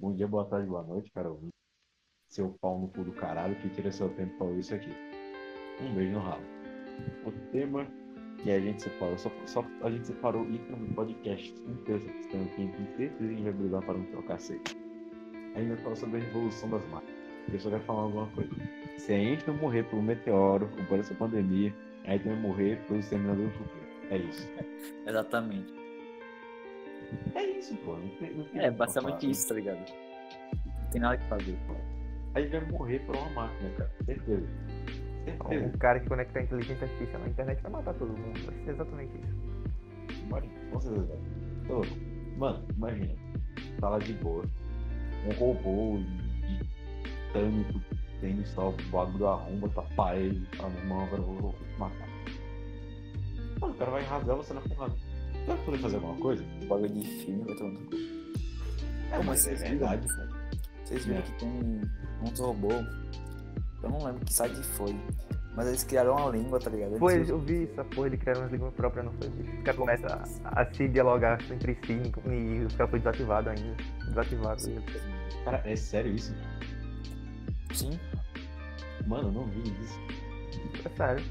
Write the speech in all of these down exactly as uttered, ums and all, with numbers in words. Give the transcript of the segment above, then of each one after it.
Bom dia, boa tarde, boa noite, cara. Seu pau no cu do caralho que tira seu tempo pra ouvir isso aqui. Um beijo no rabo. O tema que a gente separou, só, só a gente separou literalmente podcast inteiro, vocês têm um tempo inteiro e a gente vai brigar para não trocar cacete. A gente vai falar sobre a revolução das máquinas. Eu só quero falar alguma coisa. Se a gente não morrer por um meteoro ou por essa pandemia, a gente vai morrer pelo exterminador do futuro. É isso. Exatamente. É isso, pô. Não tem, não tem É, o que basicamente falar. isso, tá ligado? Não tem nada que fazer. A gente vai morrer por uma máquina, cara. Certeza. Certeza. Um cara que conecta a inteligência artificial na internet vai matar todo mundo. Vai ser exatamente isso. Bora, com certeza. Tô. Mano, imagina. Tá lá de boa. Um robô de tânico tendo só o bagulho da arromba, tá parede, tá na mão, agora eu vou te matar. Mano, o cara vai rasgar você na porrada. Você vai poder fazer alguma coisa? O bagulho de filme vai tomando cu. É, Pô, mas é vocês viram? verdade. Vocês viram É. que tem uns robôs. Eu não lembro que site foi. Mas eles criaram uma língua, tá ligado? Eles Pô, usam- eu vi essa porra de criar uma língua própria, não foi? Os caras começam a, a se dialogar entre si e os caras foi desativado ainda. Desativado. Sim. Cara, é sério isso? Sim. Mano, eu não vi isso. É sério.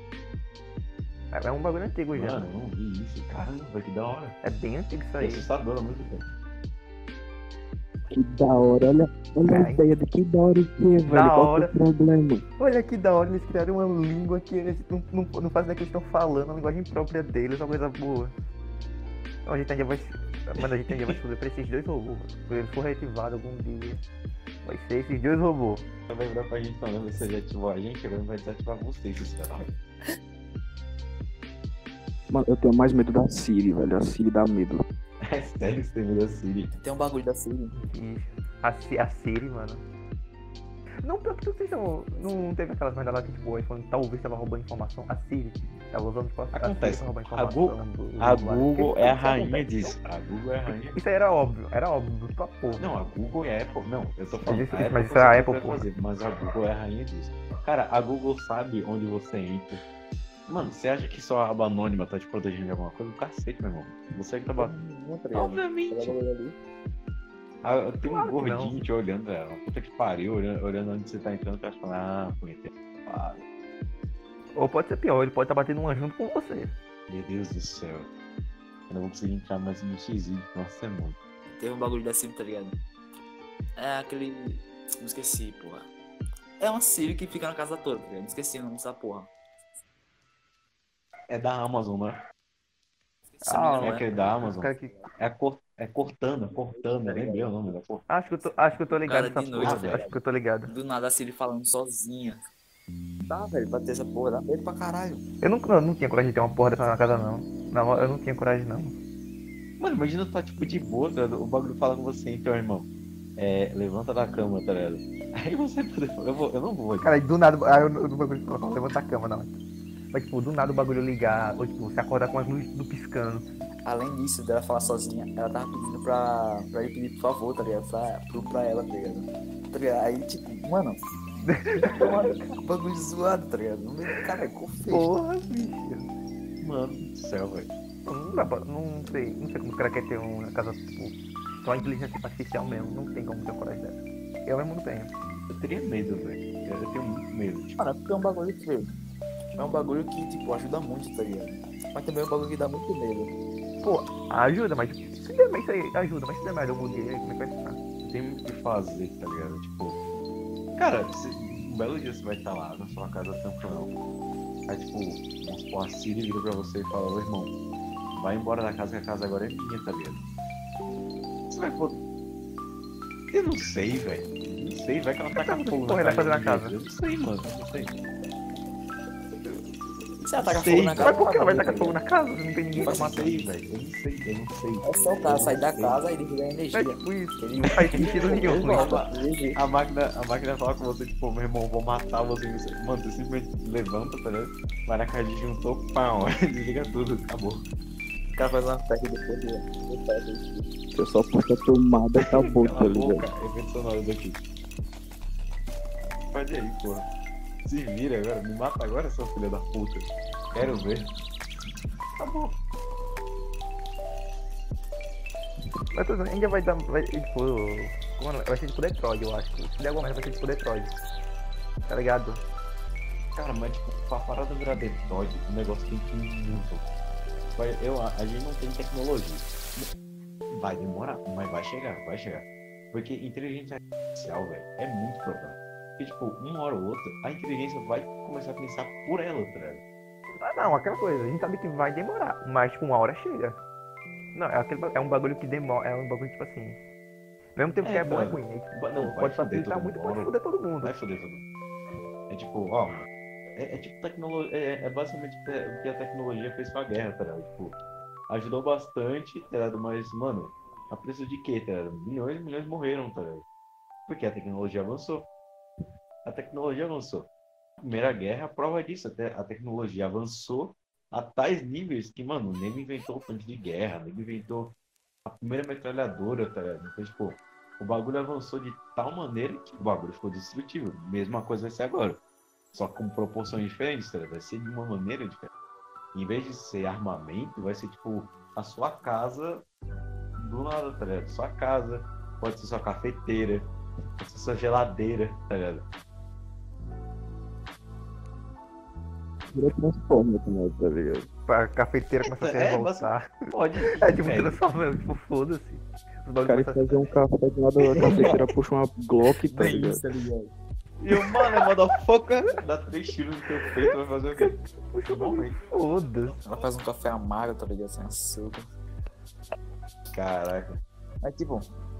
É é um bagulho antigo já. Mano, eu não vi isso. Caramba, que da hora. É bem antigo isso É aí. assustador há muito tempo. Que da hora, olha, olha a É. ideia de que da hora o que, velho? Da Qual hora. que é o problema? Olha que da hora, eles criaram uma língua que eles não, não, não fazem ideia que eles estão falando, uma linguagem própria deles, uma coisa boa. Então a gente ainda vai se. Mano, a gente ainda vai se fuder pra esses dois robôs. Quando eles for reativados algum dia. Vai ser esses dois robôs. Você vai virar pra gente falando que você já ativou a gente, agora vai desativar vocês, esse cara. Mano, eu tenho mais medo da Siri, velho. A Siri dá medo. É sério, você tem medo da Siri. Tem um bagulho da Siri. Ixi, a, Ci- a Siri, mano. Não, pior que vocês não, não teve aquelas merda lá que tipo, o iPhone talvez tava roubando informação. A Siri tava usando tipo, a Siri Acontece. pra roubar A informação. Google- do A usuário. Google Porque é a isso rainha acontece. disso. A Google é a rainha. Isso aí era óbvio, era óbvio pra porra. Não, a Google é a Apple. Não, eu tô falando. Mas isso- a Apple mas isso com é a certeza Apple, vai porra. fazer, mas a Google é a rainha disso. Cara, a Google sabe onde você entra. Mano, você acha que só a aba anônima tá te protegendo de alguma coisa? O cacete, meu irmão. Você que tá batendo. Não, tá ligado? Obviamente. Aquele bagulho ali. Ah, tem um Claro que gordinho não. te olhando, velho. Puta que pariu, olhando, olhando onde você tá entrando, tá falando, ah, punheta. Ah, Ou pode ser pior, ele pode estar batendo uma junto com você. meu Deus do céu. Eu não vou conseguir entrar mais no X I, nossa, é muito. Teve um bagulho da Siri, tá ligado? É aquele. Não esqueci, porra. É uma Siri que fica na casa toda, tá ligado? Não esqueci o nome dessa porra. É da Amazon, né? Se não me Ah, engano, É é. aquele da Os Amazon. cara que... É, a cor, é Cortana, Cortana, lembrei o nome da porra. acho, que eu tô, acho que eu tô ligado Cara, nessa de noite, porra. velho. Acho que eu tô ligado. Do nada a Siri falando sozinha. Tá, velho, pra ter essa porra, dá medo pra caralho. Eu não, eu não tinha coragem de ter uma porra dessa na casa, não. Não, eu não tinha coragem, não. Mano, imagina tu tá tipo de boa, tá ligado? O bagulho fala com você, então, irmão. É, levanta da cama, tá ligado? Aí você poder falar, eu, vou, eu não vou. Cara, do nada, aí eu no bagulho não levanta a cama, não. Mas, tipo, do nada o bagulho ligar, ou tipo, você acordar com as luzes tudo piscando. Além disso, dela falar sozinha, ela tava pedindo pra, pra ele pedir por favor, tá ligado? Pra, pro, pra ela, tá ligado? Tá ligado? Aí, tipo, mano. mano, bagulho zoado, tá ligado? No meio do cara, ficou feio. Porra, bicho. Mano do céu, velho. Não dá pra, não sei, não sei como os caras querem ter uma casa, tipo, só inteligência artificial mesmo. Não tem como ter coragem dessa. Eu mesmo não tenho. Eu teria medo, velho. Eu tenho muito medo. Tipo, Mano, é porque é um bagulho que, velho, é um bagulho que, tipo, ajuda muito, tá ligado? Mas também é um bagulho que dá muito medo. Pô, ajuda, mas se der isso aí, ajuda, mas se der merda eu mudei, aí como é que vai ficar? não tem muito o que fazer, tá ligado? Tipo, cara, se, um belo dia você vai estar lá na sua casa tranquilão. Aí, tipo, vamos supor, a Siri vira pra você e fala, ô irmão, vai embora da casa que a casa agora é minha, tá ligado? Você vai poder. Eu não sei, velho. Não sei, vai que ela taca fogo Porra, vai fazer na de casa? jeito. Eu não sei, mano. Eu não sei. Se ela taca Sei, fogo na cara. Mas por que ela vai tá tacar fogo na casa? Não tem ninguém Eu pra não matar. sei, velho. Eu não sei, eu não sei. É só o cara sair da casa e desligar a É energia. tipo isso, Ele não faz sentido nenhum. Ele isso. fala, A máquina, a máquina fala com você, tipo, meu irmão, vou matar você. você mano, você simplesmente levanta, tá ligado? Vai na caixa de juntou, pau, desliga tudo, acabou. O cara faz uma festa depois e Você só puxa a tomada, acabou, tá Cala a ligado? boca, evento sonoro daqui. Faz aí, porra. Se vira agora, me mata agora, seu filho da puta. Quero ver. Acabou. Mas tô dizendo, ainda vai dar. Vai, tipo. Mano, vai ser tipo Detroit, eu acho. Se der alguma merda, vai ser tipo Detroit. Tá ligado? Cara, mas tipo, pra parada virar Detroit, o negócio tem que ir muito. Vai- Eu, a a gente não tem tecnologia. Vai demorar, mas vai chegar, vai chegar. Porque inteligência artificial, velho, é muito problema. Porque, tipo, uma hora ou outra, a inteligência vai começar a pensar por ela, tá ligado? Ah, não, aquela coisa, a gente sabe que vai demorar, mas tipo, uma hora chega. Não, é, aquele, ba- é um bagulho que demora, é um bagulho tipo assim. Mesmo tempo É, que é bom, é cara, ruim, né? Tipo, vai- não, vai pode foder facilitar todo muito, mundo, pode uma hora- foder todo mundo. Vai foder todo mundo. É tipo, ó, é, é tipo tecnologia, é, é basicamente o que a tecnologia fez com a guerra, tá ligado? Tipo, ajudou bastante, tá ligado? Mas, mano, a preço de quê, tá ligado? Milhões e milhões morreram, tá ligado? Porque a tecnologia avançou. A tecnologia avançou. A Primeira Guerra é a prova disso. Até a tecnologia avançou a tais níveis que, mano, nem inventou o tanque de guerra, nem inventou a primeira metralhadora, tá ligado? Então, tipo, o bagulho avançou de tal maneira que o bagulho ficou destrutivo. Mesma coisa vai ser agora. Só com proporções diferentes, tá ligado? Vai ser de uma maneira diferente. Em vez de ser armamento, vai ser tipo a sua casa do nada, tá ligado? Sua casa, pode ser sua cafeteira, pode ser sua geladeira, tá ligado? Vira transforma também, tá ligado? A cafeteira começa a se É, revoltar. Pode. É tipo, velho. transforma, tipo, foda-se. Os O bagulhos cara começam a- fazer um café do lado da cafeteira, puxa uma Glock, tá Bem ligado? isso, tá ligado? E o mano, é motherfucker, dá três tiros no teu peito, vai fazer o quê? Puxa o bagulho, Morre. foda-se. Ela faz um café amargo, tá ligado? Sem açúcar. Caraca. Mas tipo,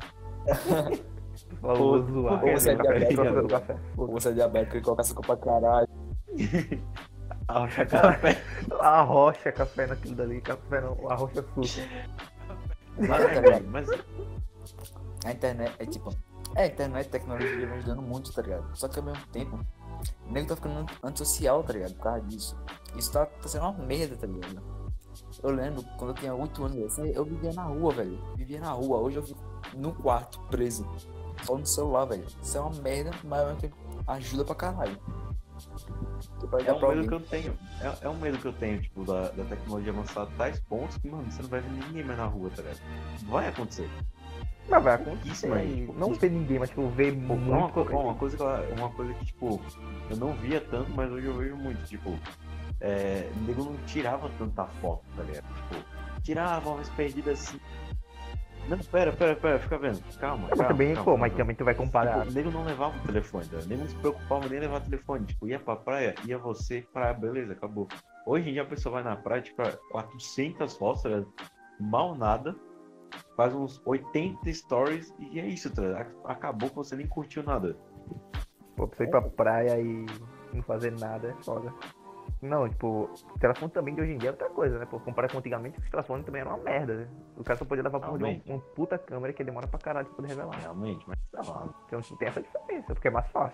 Falou, Pô, vou zoar. por que Vou zoar, você é café, diabético, troca do velho? café, foda-se. você é diabético e coloca açúcar pra caralho. Arrocha café. A rocha, café naquilo dali, café não, a rocha suja. Mas, mas A internet é tipo. É, a internet, a tecnologia vem ajudando muito, tá ligado? Só que ao mesmo tempo, o nego tá ficando antissocial, tá ligado? Por causa disso. Isso tá, tá sendo uma merda, tá ligado? Eu lembro, quando eu tinha oito anos, assim, eu vivia na rua, velho. Vivia na rua. Hoje eu fico no quarto, preso. Só no celular, velho. Isso é uma merda, mas ao mesmo tempo ajuda pra caralho. Tu vai é dar um pra medo alguém. que eu tenho. É, é um medo que eu tenho, tipo, da, da tecnologia avançar a tais pontos que, mano, você não vai ver ninguém mais na rua, tá ligado? Vai acontecer. Mas vai acontecer. Isso, mas, tipo, Não ver ninguém, mas tipo, ver Pô, uma, muito. co- uma coisa que ela- uma coisa que, tipo, eu não via tanto, mas hoje eu vejo muito, tipo, é, o nego não tirava tanta foto, tá ligado? Tipo, tirava umas perdidas assim. Não, pera, pera, pera, fica vendo. Calma, Mas calma. também, calma, pô, calma. mas também tu vai comparar. Tipo, o nego não levava o telefone, tá? O nego não se preocupava nem em levar o telefone. Tipo, ia pra praia, ia você, praia, beleza, acabou. Hoje em dia a pessoa vai na praia, tipo, quatrocentas fotos, tá ligado? Mal nada. Faz uns oitenta stories e é isso, tá ligado? Acabou que você nem curtiu nada. Pô, pra você ir pra praia e não fazer nada é foda. Não, tipo, o telefone também de hoje em dia é outra coisa, né? Pô, comparado com antigamente, os telefones também eram uma merda, né? O cara só podia levar pra um, Realmente. uma puta câmera que demora pra caralho pra poder revelar. Realmente, mas tá lá. Então tipo, tem essa diferença, porque é mais fácil.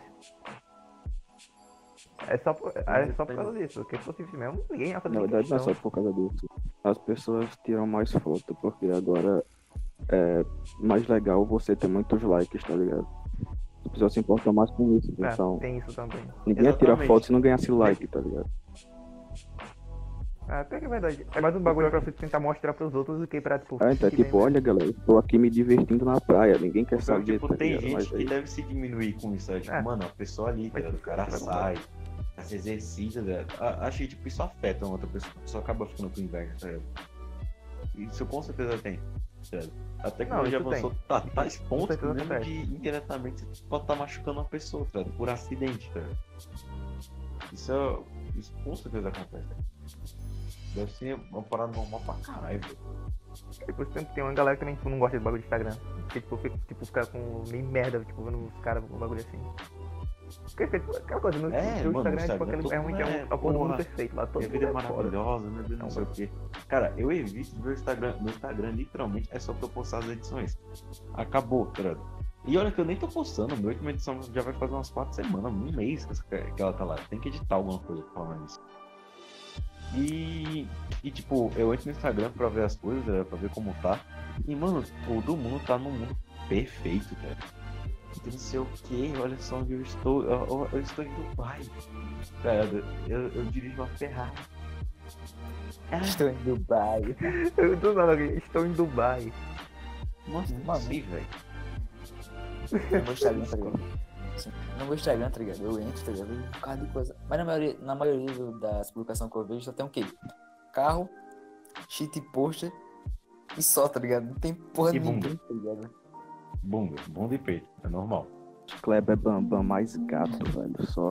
É só por, é só por causa disso, porque se fosse isso mesmo, ninguém ia fazer Na nem verdade, não é questão. só por causa disso. As pessoas tiram mais foto, porque agora é mais legal você ter muitos likes, tá ligado? As pessoas se importam mais com isso, É, então tem isso também. ninguém ia tirar Exatamente. foto se não ganhasse like, tá ligado? É, até que é verdade. É mais um bagulho pra você tentar mostrar pros outros do que pra, tipo, É, então, que tipo, nem- olha galera, estou aqui me divertindo na praia, ninguém quer Então, saber, tipo, tá tem ligado? gente Mas que aí, deve se diminuir com isso. Né? Tipo, É. mano, a pessoa ali, tá Mas ligado? O cara vai sai, se exercita, tá ligado? A- Acho que tipo, isso afeta uma outra pessoa. A pessoa acaba ficando com inveja, tá ligado? Isso com certeza tem. Tá ligado? A tecnologia isso avançou tá, tais pontos que certeza mesmo acontece. de indiretamente você pode estar machucando uma pessoa, tá ligado? Por acidente, tá ligado? Isso, é, isso com certeza acontece. Deve ser uma parada normal pra caralho, velho. Depois tem, tem uma galera que também tipo, não gosta de bagulho de Instagram. Que tipo, fica, tipo, fica com meio merda, tipo, vendo os caras com bagulho assim. Porque fica, tipo, aquela coisa, no É, seu mano, Instagram, é, tipo, Instagram, aquele, é, um, é, um, é o porra, porra do mundo perfeito lá, todo Minha vida é mundo é foda. maravilhosa, meu Deus, não Não, sei o quê. Cara, eu evito ver o Instagram. Meu Instagram, literalmente, é só pra eu postar as edições. Acabou, tá ligado? E olha que eu nem tô postando. Minha última edição já vai fazer umas quatro semanas, um mês que essa- que ela tá lá. Tem que editar alguma coisa falando isso. E, e, tipo, eu entro no Instagram pra ver as coisas, né, pra ver como tá. E, mano, todo mundo tá num mundo perfeito, cara. Que não sei o que, olha só onde eu estou. Eu, eu- eu estou em Dubai. Cara, eu, eu dirijo uma Ferrari. Ah, Estou em Dubai. Eu tô nada aqui, estou em Dubai. Nossa, não Mano. sei, velho. No meu Instagram, tá ligado? Sim. No meu Instagram, tá ligado? Eu entro, tá ligado? Eu vejo um bocado de coisa. Mas na maioria, na maioria do- das publicações que eu vejo só tem o quê? Carro, shit poster e só, tá ligado? Não tem porra E nenhuma, bunda. tá ligado? Bunda, bunda e peito. É normal. Kleber Bambam mais gato, velho. Só.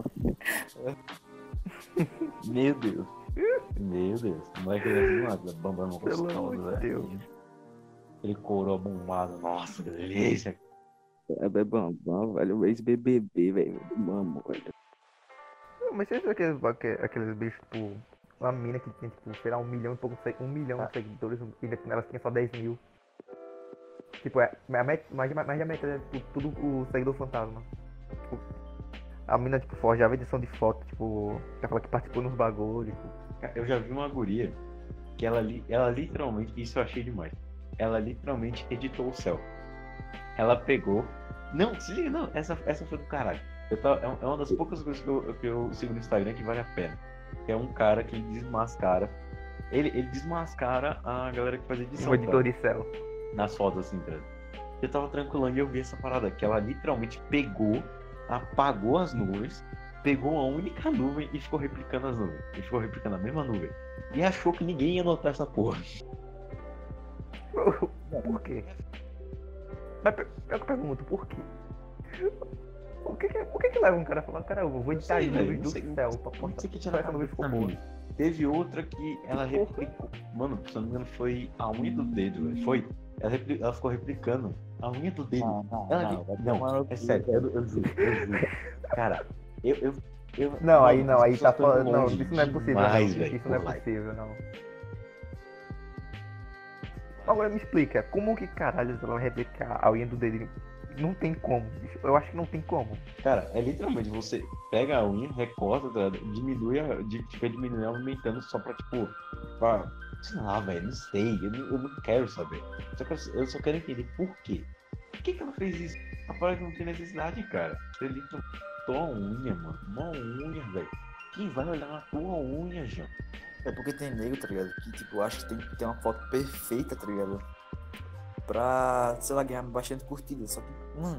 Meu Deus. Meu Deus. O moleque é do nada. Bambam Pelo gostoso, amor de velho. Deus. Ele coroa bombado. Nossa, que delícia. Kleber Bambam, velho. Ex-B B B, velho. Mamo, velho. Não, mas você viu aqueles, aque- aqueles bichos, tipo, uma mina que tinha, tipo, sei lá, um milhão e pouco, de se- um milhão de seguidores, e ainda elas tinham só dez mil. Tipo, é, a met- mais, mais, mais da metade é tipo, tudo o seguidor fantasma. Tipo, a mina, tipo, forjava edição de foto, tipo, pra falar que participou nos bagulhos, tipo. Cara, eu já vi uma guria que ela, li- ela literalmente, isso eu achei demais. Ela literalmente editou o céu. Ela pegou. Não, se liga, não, essa, essa foi do caralho. Eu tava, é um- é uma das poucas coisas que eu, que eu sigo no Instagram que vale a pena. Que é um cara que desmascara. Ele, ele desmascara a galera que faz edição. Um editor tá? de céu. Nas fotos assim, tá? Eu tava tranquilando e eu vi essa parada que ela literalmente pegou, apagou as nuvens, pegou uma única nuvem e ficou replicando as nuvens. E ficou replicando a mesma nuvem. E achou que ninguém ia notar essa porra. Por quê? Mas pe- eu pergunto, por quê? Por que, que, por que, que leva um cara a falar, cara, eu vou editar sei, as velho, nuvens não do sei. céu pra Pode postar. ser que Só tinha essa nuvem ficou na boa. minha. Teve outra que ela replicou. Mano, se eu não me engano, foi a unha do dedo, velho. Foi. Ela, repli- ela ficou replicando a unha do dedo. Não, não, Ela não. li- vai não, tomar no é cu, sério, velho. eu, eu juro, eu juro. Cara, eu. eu, eu Não, mano, aí não, as aí tá pessoas tão falando. Não, longe isso não é possível, demais, não. velho, Isso não é por like. possível, não. Agora me explica, como que caralho ela vai replicar a unha do dedo? Não tem como, bicho. Eu acho que não tem como. Cara, é literalmente você pega a unha, recorta, tá ligado? Diminui, a, di- fica diminuindo, aumentando só pra, tipo, pra, sei lá, velho, não sei, eu não, eu não quero saber. Só que eu, eu só quero entender por quê. Por que que ela fez isso? A parada não tem necessidade, cara. Você literalmente botou a unha, mano, uma unha, velho. Quem vai olhar na tua unha, João? É porque tem nego, tá ligado? Que tipo, acho que tem que ter uma foto perfeita, tá ligado? Pra, sei lá, ganhar bastante curtida. Só que, mano.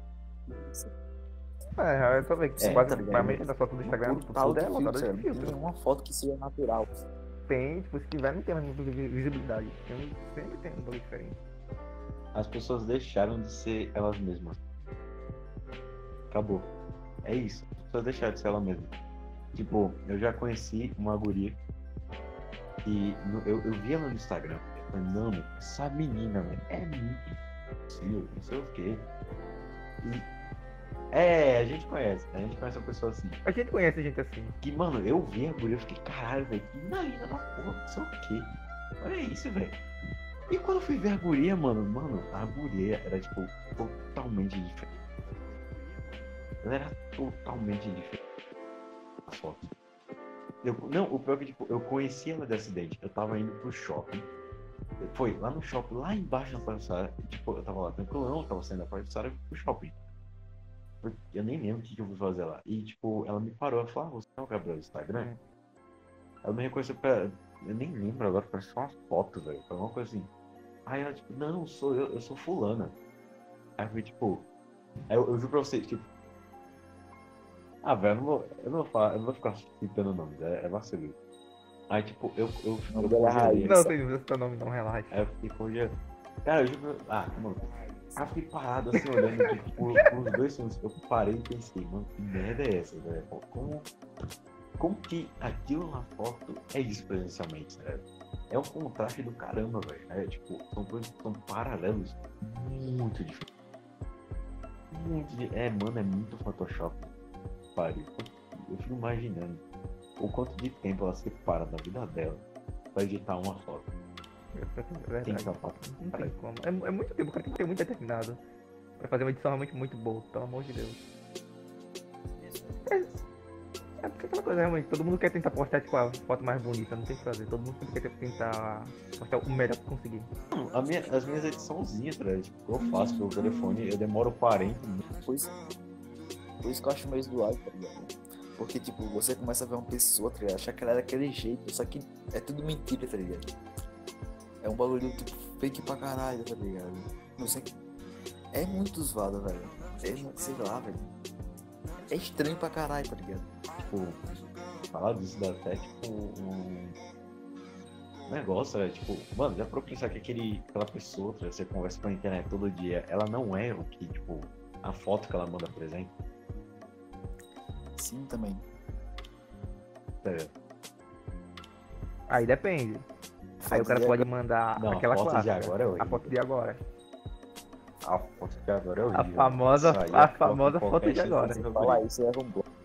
É, eu tô vendo que É, quase tá ligado? a maioria das fotos do Instagram, Por tipo, tal tudo de é filtro, lotada tá de ligado? Não filtro. tem uma foto que seja natural. Tem, tipo, se tiver, não tem mais vi- visibilidade. Tem, sempre tem um bagulho diferente. As pessoas deixaram de ser elas mesmas. Acabou. É isso. As pessoas deixaram de ser elas mesmas. Tipo, eu já conheci uma guria e no- eu, eu vi ela no Instagram. Eu falei, mano, essa menina, velho, é muito possível, não sei o quê. E- é, a gente conhece, a gente conhece uma pessoa assim. A gente conhece gente assim. Que, mano, eu vi a guria, eu fiquei, caralho, velho, que narina da porra, não sei o quê. Olha isso, velho. E quando eu fui ver a guria, mano, mano, a guria era, tipo, totalmente diferente. Ela era totalmente diferente da foto. Eu, não, o pior é que, tipo, eu conheci ela de acidente. Eu tava indo pro shopping. Foi lá no shopping, lá embaixo na Palhaçada. Tipo, eu tava lá tranquilão, eu tava saindo da Palhaçada e fui pro shopping. Eu- Eu nem lembro o que, que eu fui fazer lá. E, tipo, ela me parou, ela falou, ah, você é o Gabriel do Instagram? Hum. Ela me reconheceu, pra... eu nem lembro agora, parece só uma foto, velho. Foi uma coisa assim. Aí ela, tipo, não, sou eu, eu sou fulana. Aí eu fui, tipo, aí eu, eu juro pra vocês, tipo, ah, velho, eu não vou, eu não vou falar, eu não vou ficar citando nomes, é, é vacilo. Aí, tipo, eu, eu, eu, Não dela congelei. raiz. Não, tem o seu nome, não, relaxa. Aí eu fiquei congelado. Cara, eu juro. Ah, mano. Aí eu fiquei parado assim, olhando tipo, por, por uns dois segundos. Eu parei e pensei, mano, que merda é essa, velho? Como, como que aquilo na foto é isso presencialmente, né? É um contraste do caramba, velho. É, tipo, são coisas que são paralelos muito diferentes. Muito di- É, mano, é muito Photoshop. Pariu. Eu fico imaginando o quanto de tempo ela separa da vida dela pra editar uma foto. É Tem verdade. que falar. Não tem como. É, é muito tempo, o cara tem que ter muito determinado pra fazer uma edição realmente muito boa, pelo amor de Deus. É, é porque aquela coisa, realmente, todo mundo quer tentar postar tipo, a foto mais bonita, não tem o que fazer. Todo mundo sempre quer tentar postar o melhor que conseguir. A minha, as minhas ediçãozinhas, tá ligado? Tipo, eu faço pelo telefone, eu demoro quarenta minutos. Por isso, por isso que eu acho meio zoado, tá ligado? Porque, tipo, você começa a ver uma pessoa, tá ligado? Achar que ela é daquele jeito, só que é tudo mentira, tá ligado? É um bagulho, tipo, fake pra caralho, tá ligado? Não sei. É muito zoado, velho. É, muito- sei lá, velho. É estranho pra caralho, tá ligado? Tipo, falar disso dá até tipo um negócio, né? Tipo, mano, já pra pensar que aquele, aquela pessoa que você conversa pela internet todo dia, ela não é o que, tipo, a foto que ela manda, por exemplo. Sim, também. Tá ligado? Aí depende. Aí o cara Foto pode de mandar Não, a aquela foto de clássica. agora é A horrível. foto de agora. A foto de agora é horrível. A famosa, Isso aí a é famosa qualquer foto de chance agora. de ser Falar isso leva um bloco.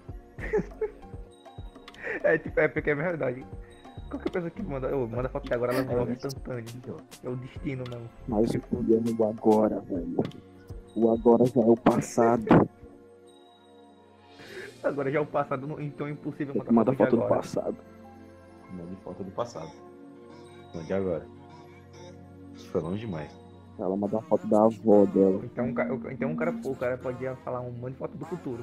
É tipo, é porque é verdade. Qualquer pessoa que manda, oh, manda foto de agora, ela É, volta né? instantâneo. É o destino mesmo. Mas o problema é o agora, velho. O agora já é o passado. Agora já é o passado, não- então é impossível Tem que mandar mandar foto foto de do agora. passado. Mande foto do passado. Não de agora. Isso foi longe demais. Ela manda uma foto da avó dela. Então, o ca- o- então o, cara, o cara pode falar um monte de foto do futuro.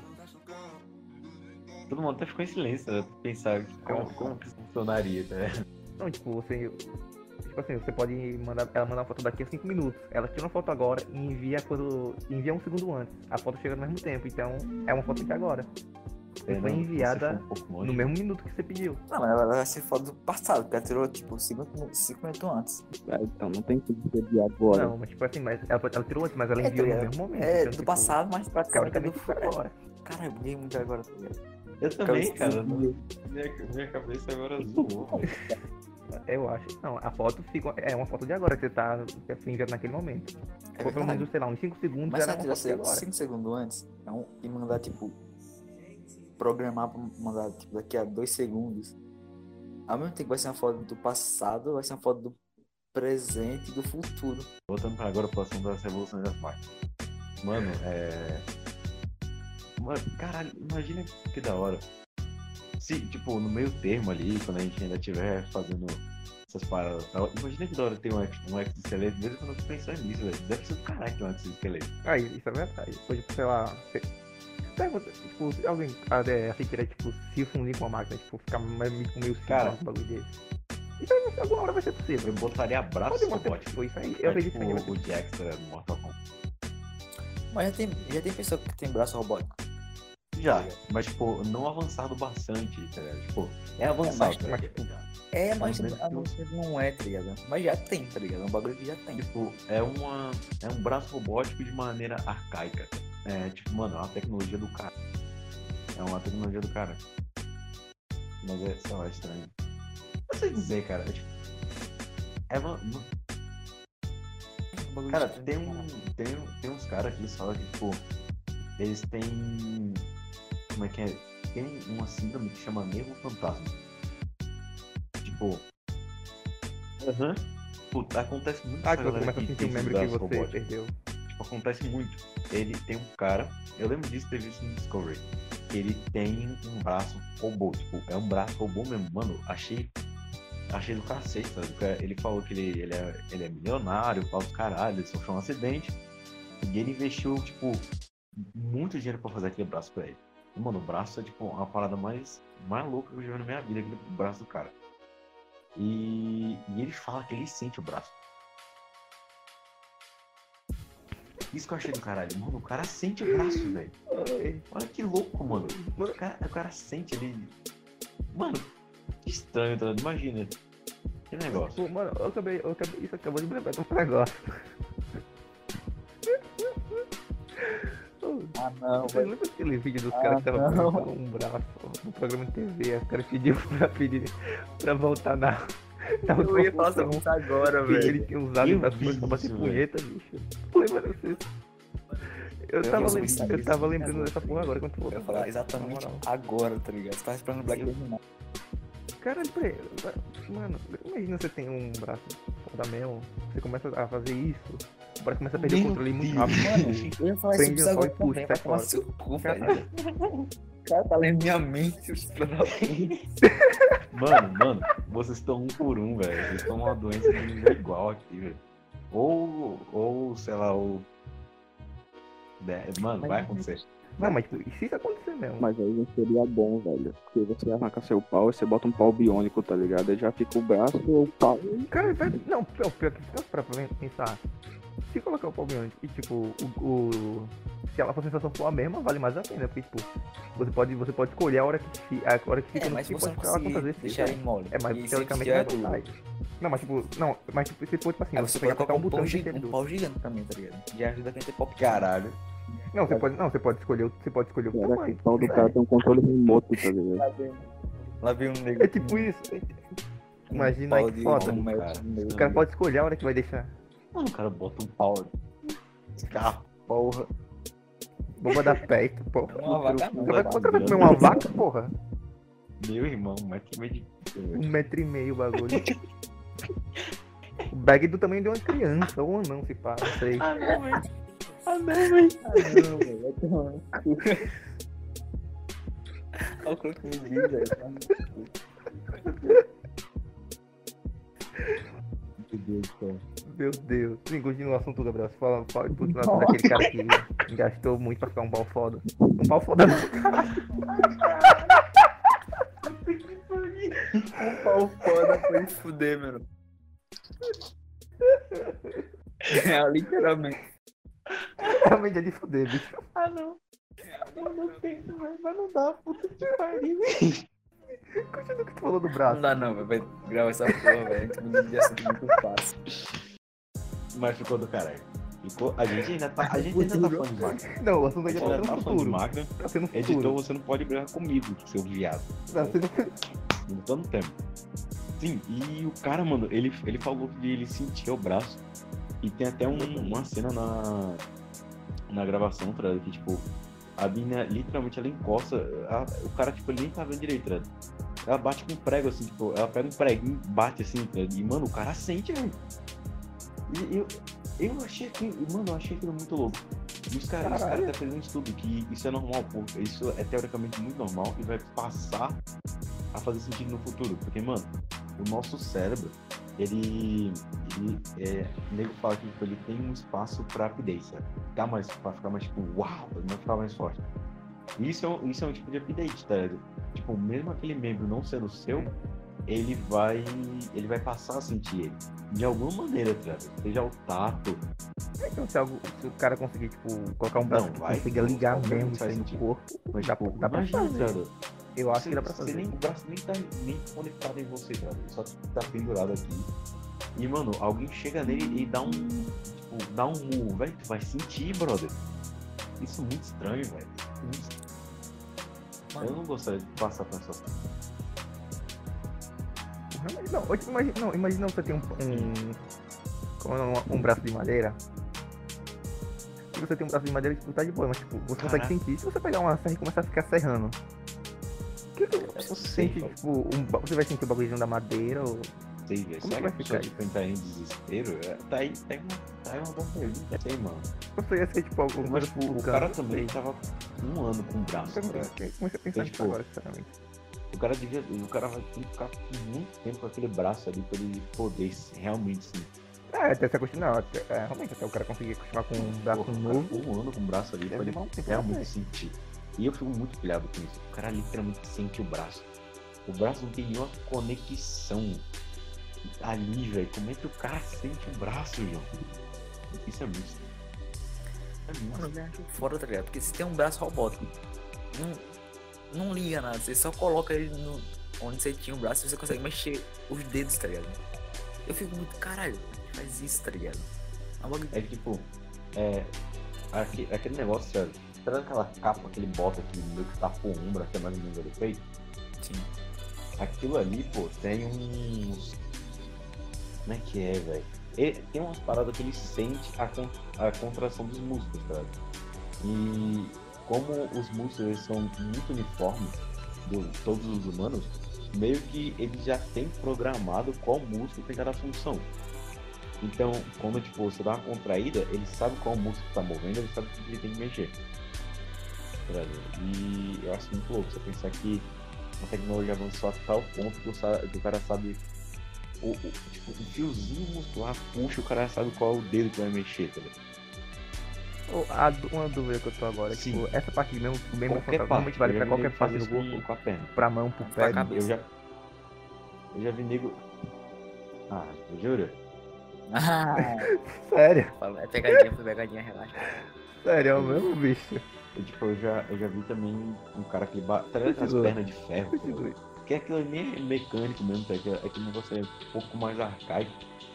Todo mundo até ficou em silêncio, né? Pra pensar como, como que isso funcionaria, né? Não, tipo, você. Tipo assim, você pode mandar ela mandar uma foto daqui a cinco minutos. Ela tira uma foto agora e envia quando. envia um segundo antes. A foto chega no mesmo tempo, então é uma foto de agora. E foi enviada Um pouco longe. no mesmo minuto que você pediu. Não, mas ela vai ser foto do passado, porque ela tirou, tipo, cinco minutos antes. É, então não tem que ser de agora. Não, mas tipo assim, mas ela, ela tirou antes, mas ela É, enviou tá no ligado? mesmo momento. É, então, do tipo, passado, mas praticamente é do Teoricamente foi futuro. agora. Cara, eu buguei muito agora, tá ligado? Eu também, Cara, cara. isso- não- Minha, minha cabeça agora zoou, velho. Eu acho. Não, a foto fica. É uma foto de agora que você tá que foi enviado naquele momento. É Ou pelo verdade. menos, sei lá, uns cinco segundos Mas se era ela uma foto de tivesse agora. cinco segundos antes então, e mandar, tipo, programar pra mandar, tipo, daqui a dois segundos, ao mesmo tempo que vai ser uma foto do passado, vai ser uma foto do presente e do futuro. Voltando pra agora pro assunto das revoluções das máquinas. Mano, é. Mano, caralho, imagina que da hora. Se, tipo, no meio termo ali, quando a gente ainda estiver fazendo essas paradas e tal, imagina que da hora ter um, ex- um exoesqueleto, mesmo quando eu tô pensando nisso, velho. Deve ser do caralho ter um exoesqueleto. Ah, isso é verdade. Ou, tipo, sei lá. Você... Pergunta, tipo, se alguém ah, é, assim, queria, tipo, se fundir com a máquina, tipo, ficar meio, meio Cara. simples, um bagulho desse. Isso aí, alguma hora vai ser possível. Eu botaria braços Pode mostrar, robóticos. tipo, isso aí. Eu É acredito tipo que vai ser o Jax do Mortal Kombat. Mas já tem, já tem pessoa que tem braço robótico. Já, mas tipo, não avançado bastante, tá ligado? Tipo, é avançado, mas, tá mas, ligado? tipo, É, mas Mas a música não é, tá ligado? Mas já tem, tá ligado? É um bagulho que já tem. Tipo, é uma. É um braço robótico de maneira arcaica. É tipo, mano, é uma tecnologia do cara. É uma tecnologia do cara. Mas é, sei lá, estranho. Não sei dizer, cara. É, tipo, é uma. Um bagulho Cara, estranho. tem, um, tem, um- tem uns caras que eles falam que, tipo, eles têm. Como é que é? Tem uma síndrome que chama nervo fantasma. Tipo. Aham. Puta, acontece muito ah, com que essa você galera começa a que sentir tem um esses membro que braços você robóticos. perdeu. Tipo, acontece muito. Ele tem um cara, eu lembro disso ter visto no Discovery, que ele tem um braço robô, tipo, é um braço robô mesmo. Mano, achei. Achei do cacete, sabe? O cara- Ele falou que ele, ele, é, ele é milionário, fala do caralho, ele sofreu um acidente. E ele investiu, tipo, muito dinheiro pra fazer aquele braço pra ele. E, mano, o braço é, tipo, a parada mais, mais louca que eu já vi na minha vida, aquele braço do cara. E, e ele fala que ele sente o braço. Isso que eu achei do caralho. Mano, o cara sente o braço, velho. Ai, Olha que louco, mano. Mano, o cara, o cara sente ele. Mano, que estranho, tá ligado? Imagina. Que negócio. Pô, mano, eu acabei, eu acabei, isso acabou de me lembrar de um negócio. Ô, Ah, não, Você velho. lembra aquele vídeo dos Ah, caras que estavam não. com um braço no programa de T V? Os caras pediram pra pedir pra voltar na. na Eu ia falar proporção sobre isso agora, que velho. ele tinha usado Eu essas vi coisas pra bater isso, punheta, bicho. Lembra disso? Eu Eu tava, vi lem- isso, eu isso, tava isso, lembrando isso. dessa porra agora quando tu Eu falou. ia falar exatamente Na moral. agora, tá ligado? Você tá esperando o Black terminar. Caralho, peraí. Mano, imagina você tem um braço foda mesmo. Você começa a fazer isso. O braço começa a perder o Meu controle muito Deus. rápido. Mano, eu ia falar isso Prende pra só agora e puxa, também, vai sai tomar fora. seu cu, velho. O cara tá lendo minha mente, os filhos da Mano, mano, vocês estão um por um, velho. Vocês estão uma doença de nível igual aqui, velho. Ou, ou, sei lá, ou. né, Mano, vai acontecer. Não, mas tipo, e se isso acontecer mesmo? Mas aí não seria bom, velho. Porque você arranca seu pau e você bota um pau biônico, tá ligado? Aí já fica o braço ou o pau. Cara, vai... não, pior, pior que fica pra pensar. se colocar o pau grande e, tipo, o, o- se a sensação for a mesma, vale mais a pena, porque, tipo, você pode, você pode escolher a hora que, fi- a hora que fica É, no mas se fio, você pode não ficar lá quantas conseguir vezes deixar quiser. ele mole. É, mas e se teoricamente ele não é estiver duro. verdade. Não, mas tipo, não, mas tipo, se for tipo assim, Aí você você pode pode apertar colocar um um botão pau, e gi- deixar ele um duro. pau gigante também, tá ligado? Já ajuda quem tem pau pequeno. Caralho. Não, você pode, não, você pode escolher, o- você pode escolher o Cara, que tamanho. o pau do cara tem um controle remoto, tá ligado? Lá vem, lá vem um negro. É tipo isso. com um Imagina pau aí que de foda. um metro Cara. e meio. O cara pode escolher a hora que vai deixar. Mano, o cara bota um pau. Ah, porra. Bomba da peste, pô. Uma vaca não, Você vai, vai você vai comer uma vaca, porra? Meu irmão, mas que meio de. Um metro e meio o bagulho. O bag do tamanho de uma criança, ou não, se pá, não sei. Ah, não, velho. Ah, não, velho. Ah, não, velho. Vai tomar no cu. Olha o crocodilo, velho. Meu Deus do céu. Meu Deus. Sim, continua o assunto, Gabriel. Você fala, fala continua o assunto daquele cara que gastou muito pra ficar um pau foda. Um pau foda não. Um pau foda foi se fuder, mano. É, literalmente. Realmente é de fuder, bicho. Ah, não. Eu não tenho, velho. Mas não dá, puta que pariu. Continua o que tu falou do Não braço. dá não, velho. Vai gravar essa porra, velho. A gente muda de assunto muito fácil. Mas ficou do caralho. Ficou. A gente ainda tá. A gente ainda tá falando de máquina. Não, o assunto A aqui gente tá ainda sendo tá falando de futuro. máquina. Tá sendo Editor, futuro. você não pode brigar comigo, seu viado. Tá sendo... Não tô no tempo. Sim, e o cara, mano, ele, ele falou que ele sentia o braço. E tem até um- uma cena na, na gravação, tá ligado? Que, tipo, a mina, literalmente, ela encosta. a- o cara, tipo, ele nem tá vendo direito, tá ligado? Ela bate com um prego, assim, tipo, ela pega um preguinho, bate assim, tá ligado? E, mano, o cara sente, velho. E eu, eu achei aquilo, mano, eu achei aquilo muito louco. E os caras os Caralho. caras tá fazendo um estudo que isso é normal, pô. Isso é teoricamente muito normal e vai passar a fazer sentido no futuro. Porque, mano, o nosso cérebro, ele. ele é, o nego fala que tipo, ele tem um espaço pra update, sabe? Ficar mais, pra ficar mais tipo, uau, pra não ficar mais forte. E isso é um, isso é um tipo de update, tá ligado? Tipo, mesmo aquele membro não sendo seu, ele vai. Ele vai passar a sentir ele. De alguma maneira, tá ligado? Seja o tato. Então, se, algo, se o cara conseguir, tipo, colocar um braço Não, que vai. consiga ligar Obviamente mesmo isso faz aí no sentido. corpo, Mas, dá, tipo, dá pra imagina, fazer. tá ligado? Eu acho Você- que dá pra você fazer. nem, o braço nem tá nem conectado em você, cara. Ele só tá pendurado aqui. E, mano, alguém chega nele e dá um. Tipo, dá um murro, velho. Tu vai sentir, brother. Isso é muito estranho, velho. Muito- Eu não gostaria de passar por essa. Não, hoje imagina, não, imagina você tem um, um, como é o nome? um braço de madeira. Se você tem um braço de madeira, tipo, tá de boa, mas tipo, você consegue Caraca. sentir. Se você pegar uma serra e começar a ficar serrando, o que que você sei, sente, cara. tipo, um, ba- você vai sentir o bagulhozinho da madeira ou... Sei, velho. Como é Será que que a vai pessoa ficar tipo, entrar em desespero? É, Tá aí, tá aí uma, tá aí uma boa pergunta. Sei, mano. Você ia ser, tipo, alguma Mas coisa tipo, o cara também tava um ano com o braço. Eu tá ligado? comecei a pensar nisso tipo, agora, sinceramente. O cara devia. O cara vai ter que ficar muito tempo com aquele braço ali pra ele poder se- realmente sim. É, até se acostumar, não, até, é, realmente, até o cara conseguir acostumar com um braço Porra, o novo, cara ficou um ano com o braço ali pra deve ele levar um tempo realmente pra sentir. E eu fico muito pilhado com isso. O cara literalmente sente o braço. O braço não tem nenhuma conexão ali, velho. Como é que o cara sente o braço, João? Isso é muito. É muito. Mano, eu acho foda, tá ligado? Porque se tem um braço robótico, não, não liga nada. Você só coloca ele no, onde você tinha o braço e você consegue mexer os dedos, tá ligado? Eu fico muito, caralho, faz isso, tá ligado? É um bagulho- É que, tipo, é. aque- Aquele negócio, sabe? Sabe aquela capa que ele bota aqui meio que tapa o ombro até mais ou menos ali feito? Sim. Aquilo ali, pô, tem uns. Como é que é, velho? Ele- Tem umas paradas que ele sente a, con- a contração dos músculos, tá ligado? E como os músculos eles são muito uniformes, de todos os humanos, meio que ele já tem programado qual músculo tem cada função. Então, quando tipo, você dá uma contraída, ele sabe qual músculo tá movendo, ele sabe o que ele tem que mexer. Tá ligado? E eu acho muito louco você pensar que a tecnologia avançou a tal ponto que o, sa- que o cara sabe o, o, tipo, o fiozinho muscular puxa, o cara sabe qual é o dedo que vai mexer, tá ligado? Ô, a dú- uma dúvida que eu tô agora, Sim. tipo, essa parte mesmo, mesmo Qualquer normalmente vale eu já pra vi qualquer nego parte fazer do isso corpo, com, com a perna. pra mão, pro Pra pé. cabeça. Eu já. Eu já vi nego. Ah, eu juro. Ah, Sério, é pegadinha, foi pegadinha, relaxa. sério, é o mesmo bicho. Eu, tipo, eu já, eu já vi também um cara que bate. Tá ligado aquelas Continua. pernas de ferro? tá ligado? Que é aquilo nem é mecânico mesmo, tá? Aquele, aquele negócio é um pouco mais arcaico.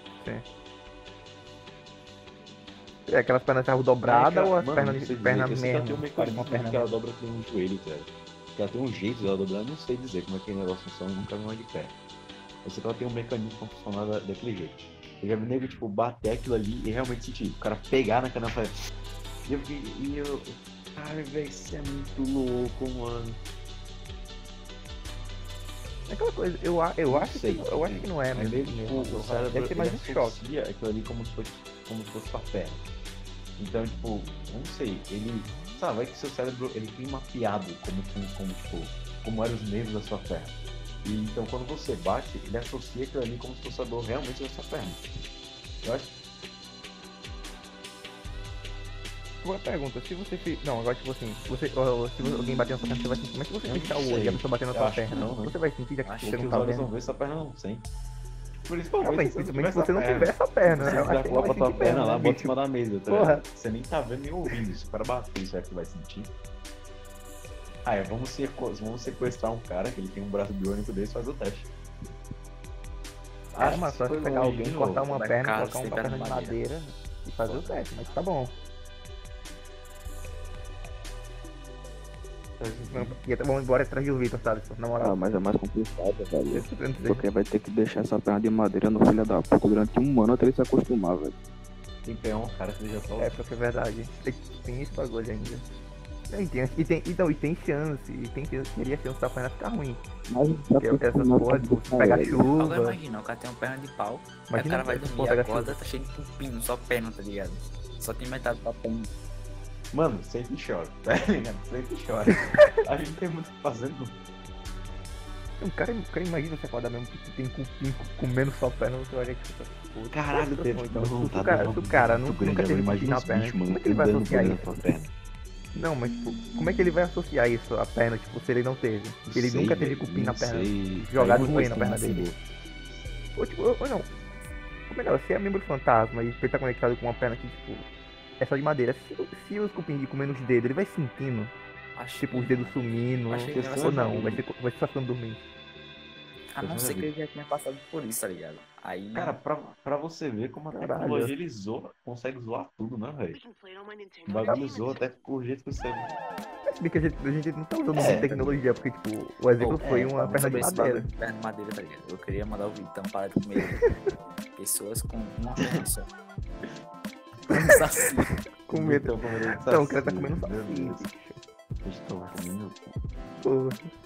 É aquelas pernas de ferro dobradas É, ou as mano, pernas não de sei dizer. perna Eu sei que ela tem mesmo? um Faz uma mecanismo perna que ela mesmo. dobra aqui no joelho, tá? Que ela tem um jeito dela dobrar, eu não sei dizer como é que o negócio funciona, eu nunca vi uma de pé. Eu sei que ela tem um mecanismo pra funcionar da- daquele jeito. Eu já vi nego, tipo, bater aquilo ali e realmente sentir. O cara pegar na cana e falar. E eu fiquei. E eu. Cara, velho, isso é muito louco, mano. É aquela coisa, eu, a- eu, Não acho, sei, que, eu acho que não é É mesmo. meio que tipo, mesmo, o cérebro Deve ser mais ele um choque. associa aquilo ali como se fosse, como se fosse sua perna. Então, tipo, eu não sei, ele. Sabe, vai que seu cérebro ele tem mapeado como, como, como, tipo, como eram os nervos da sua perna. E então quando você bate, ele associa aquilo ali como se fosse a dor realmente da sua perna. Eu acho Uma pergunta, se você fi... Não, agora tipo assim, você, ó, se você- alguém bater na sua perna, você vai sentir. Mas se você Eu não fechar o olho sei. e a pessoa bater na Eu sua acho que perna, não, né? você vai sentir já que Acho você que não os tá olhos vendo. não veem, sua perna não sente. Não, Principalmente, mas se principalmente se essa você não perna. tiver essa perna, Se né? Eu você acho que não coloca vai a tua sentir perna mesmo, lá, né, bota em bicho? cima da mesa, tá Porra. ligado? Você nem tá vendo nem ouvindo. Se o cara bater, será que vai sentir? Ah, é, vamos, sequ... vamos sequestrar um cara que ele tem um braço biônico desse e faz o teste. É, Acho mas que só foi se pegar longe alguém, de cortar novo. uma Vai perna, casa, colocar uma sem perna perna de de madeira. madeira e fazer o teste, mas tá bom. Não, e até vamos embora atrás do Vitor, sabe? Na Ah, moral. mas é mais complicado, velho. Esse- eu não sei. Porque vai ter que deixar essa perna de madeira no filho da puta durante um ano até ele se acostumar, velho. Tem que pegar um cara que já só. É, porque é verdade. Tem, tem esse bagulho ainda. E tem, e tem, então, e tem chance, e tem chance, teria chance da perna ficar ruim. Mas Porque essas porra, tipo, se pegar Agora chuva. imagina, o cara tem uma perna de pau, aí o Imagina cara vai se dormir, for pegar acorda, chuva. tá cheio de pupino, só perna, tá ligado? Só tem metade da perna. Mano, sempre chora, tá ligado? Sempre chora. A gente tem muito o que fazer, não. O cara, o cara imagina você acordar mesmo que tu tem cupim comendo sua perna, você olha que você tá. Caralho, Pô, teve então, uma se o vontade cara, de se o cara muito nu- grande, nunca agora teve cupim imagina na os perna, bichos, mano, como é que ele vai andando associar por isso? dentro da tua perna. Não, mas tipo, como é que ele vai associar isso à perna, tipo, se ele não teve? Não Ele sei, nunca teve velho, cupim não na perna. sei. jogado Aí uma no coisa na que perna me dele. ensinou. Ou tipo, ou, ou não. Ou melhor, se é membro fantasma e ele tá conectado com uma perna que, tipo, é só de madeira, se, se os cupins de comer nos dedos, ele vai sentindo, Acho tipo, os que- dedos sumindo, Achei que ele vai ou ser não, maluco. vai ser, vai ser só ficando dormindo. A não ser que ele já tinha passado por isso, tá ligado? Aí. Cara, pra, pra você ver como a Caralho. tecnologia ele zoa, consegue zoar tudo, né, velho? O bagulho zoa até por jeito que você. Se bem que a gente, a gente não tá usando É. muita tecnologia, porque, tipo, o exemplo Oh, foi é, uma falando perna de sobre esse madeira. bagulho de perna de madeira, tá ligado? Eu queria mandar o Vitão parar de comer pessoas com uma perna só. Um saci. Com medo. Então, como ele disse Então, o cara tá assim, comendo meu saci, Deus, bicho. eu estou comendo. Pô,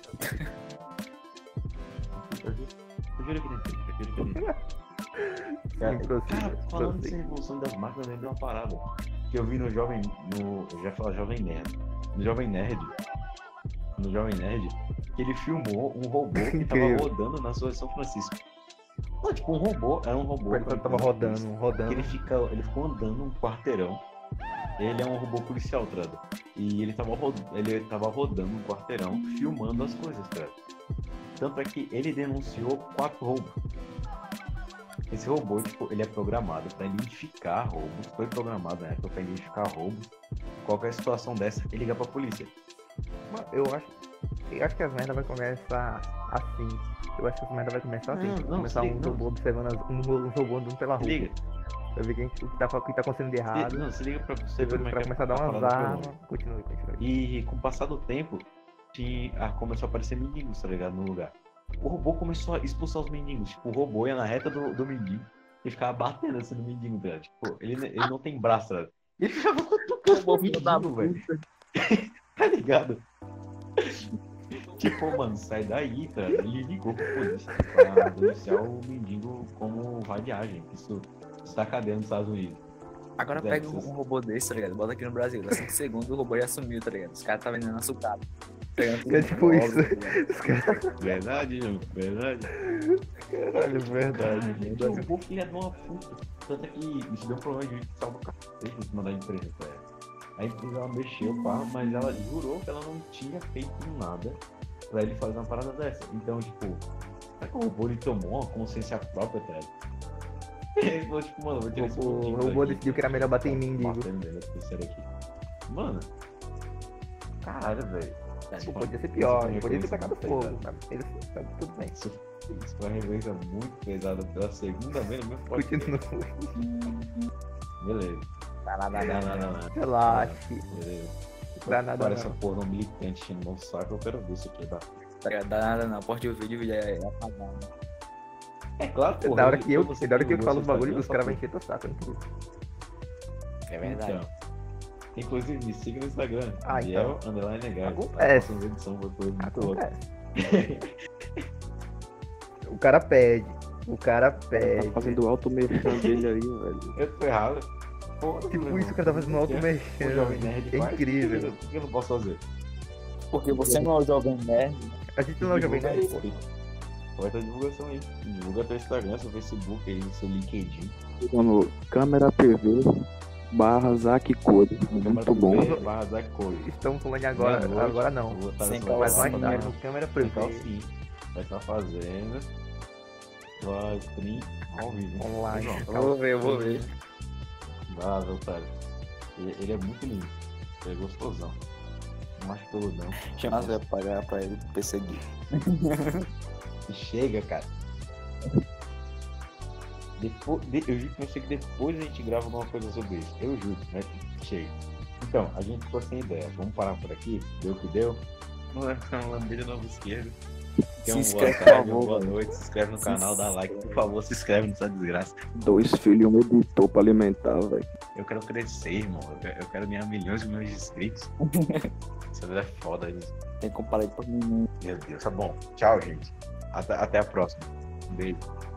Eu juro que nem tem, eu juro que nem tem. Cara, Sim, prossiga, cara, falando prossiga. dessa revolução das máquinas, eu lembrei uma parada que eu vi no Jovem. No, eu já falo Jovem Nerd. No Jovem Nerd. No Jovem Nerd, que ele filmou um robô que tava Incrível. rodando na sua São Francisco. Não, tipo, um robô, era um robô. ele tava rodando, rodando. Que ele, fica, ele ficou andando um quarteirão. Ele é um robô policial, tá ligado? E ele tava, ro- ele tava rodando um quarteirão, filmando as coisas, tá ligado? Tanto é que ele denunciou quatro roubos. Esse robô, tipo, ele é programado pra identificar roubos. Foi programado na época pra identificar roubos. Qualquer situação dessa, ele liga pra polícia. Mano, eu acho, eu acho que as merdas vai começar assim. Eu acho que as merdas vai começar assim. Não, Tipo, não, começar se um liga, robô observando as, um, ro- um robô andando pela Se rua. liga. Pra ver quem, o, que tá, o que tá acontecendo de Se, errado. não, se liga pra você ver Depois como é pra que começar a dar umas parada foi armas. longe. Continue, continue. E com o passar do tempo, tinha, ah, começou a aparecer mendigos, tá ligado? No lugar. O robô começou a expulsar os mendigos. Tipo, o robô ia na reta do, do mendigo e ficava batendo assim no mendigo, tá ligado? Tipo, ele, ele não tem braço, tá ligado? Ele ficava cutucando o Filho da mendigo, velho. Tá ligado? Tipo, mano, sai daí, tá ligado? Ele ligou pra polícia pra denunciar o mendigo como vadiagem. Isso está cadeia nos Estados Unidos. Agora Deve pega um, ser. um robô desse, tá ligado? Bota aqui no Brasil. Dá cinco segundos o robô já sumiu, tá ligado? Os caras tá vendendo açucado. Pegando tudo É de tipo volta, isso. tá ligado? Os caras. Verdade, mano, verdade. Caralho, verdade. Gente, o robô filha de uma puta. Tanto é que isso deu um problema de judicial do cacete em cima da empresa, tá ligado? A empresa ela mexeu, pá, mas ela jurou que ela não tinha feito nada pra ele fazer uma parada dessa. Então, tipo, será que o robô ele tomou uma consciência própria, tá ligado? Ele falou, tipo, mano, vou tirar esse O pontinho robô daqui. decidiu que era melhor bater em mim, digo. Batendo nele, esse sério aqui. Mano. Caralho, velho. Pô, podia ser pior, Isso foi podia ter uma tacado referência fogo, sabe? Ele sabe, tudo bem. Isso, isso foi uma referência muito pesada pela segunda vez no meu podcast. Continua. Beleza. Tá nada, Não, nada. não, não, não. Relaxe. Beleza. Dá nada Parece não. essa porra um militante enchendo meu saco, eu quero ver isso aqui, tá? Tá ligado? Dá nada não. Porte o vídeo, o vídeo é apagado. É claro, porra. Da hora que eu, você da hora que eu pegou falo os seu bagulho, Instagram, os caras só vão encher teu saco. Não É verdade. Então, inclusive, me siga no Instagram. Ah, Biel, underline legal. Acontece. Tá edição, foi coisa muito louca. acontece. O cara pede. O cara Tá pede. fazendo alto merchan dele aí, velho. Eu tô errado. Porra, Tipo meu isso, o irmão. cara tá fazendo alto O mexendo. Jovem Nerd É faz. incrível. Por que eu- por que eu não posso fazer? Porque você não é o jovem nerd. A gente não é jovem Divulga nerd, aí, pô. pô. Vai ter divulgação aí. Divulga teu Instagram, seu Facebook aí, seu LinkedIn. No Câmera T V barra Zack Code. Muito bom. Câmera T V barra Zack Code. Estamos falando de agora, Meia-noite, agora eu não. vou estar Sem nessa calça, Mas mais live, tarde, tá? no câmera Sem privê. calcinha. Vai estar fazendo sua stream ao vivo. Online. Pronto. Eu vou ver, eu vou ver. Vai lá, meu otário. Ele, ele é muito lindo. Ele é gostosão. Não acho todo não. Chama as velhas pra pagar pra ele perseguir. E chega, cara. Depois, de, eu juro que você que depois a gente grava alguma coisa sobre isso. Eu juro, né? Chega. Então, a gente ficou sem ideia. Vamos parar por aqui? Deu o que deu? Não é uma lambeira nova esquerda. Quer Se um boa inscreve, tarde, por uma boa favor. noite. Se inscreve no Se canal, dá like. Por favor, se inscreve nessa desgraça. Dois filhos e um editor pra alimentar, velho. Eu quero crescer, irmão. Eu quero, eu quero ganhar milhões e milhões de inscritos. Essa vida é foda. Isso. Tem que comparar com mim. Meu Deus, tá bom. Tchau, gente. Até, até a próxima. Um beijo.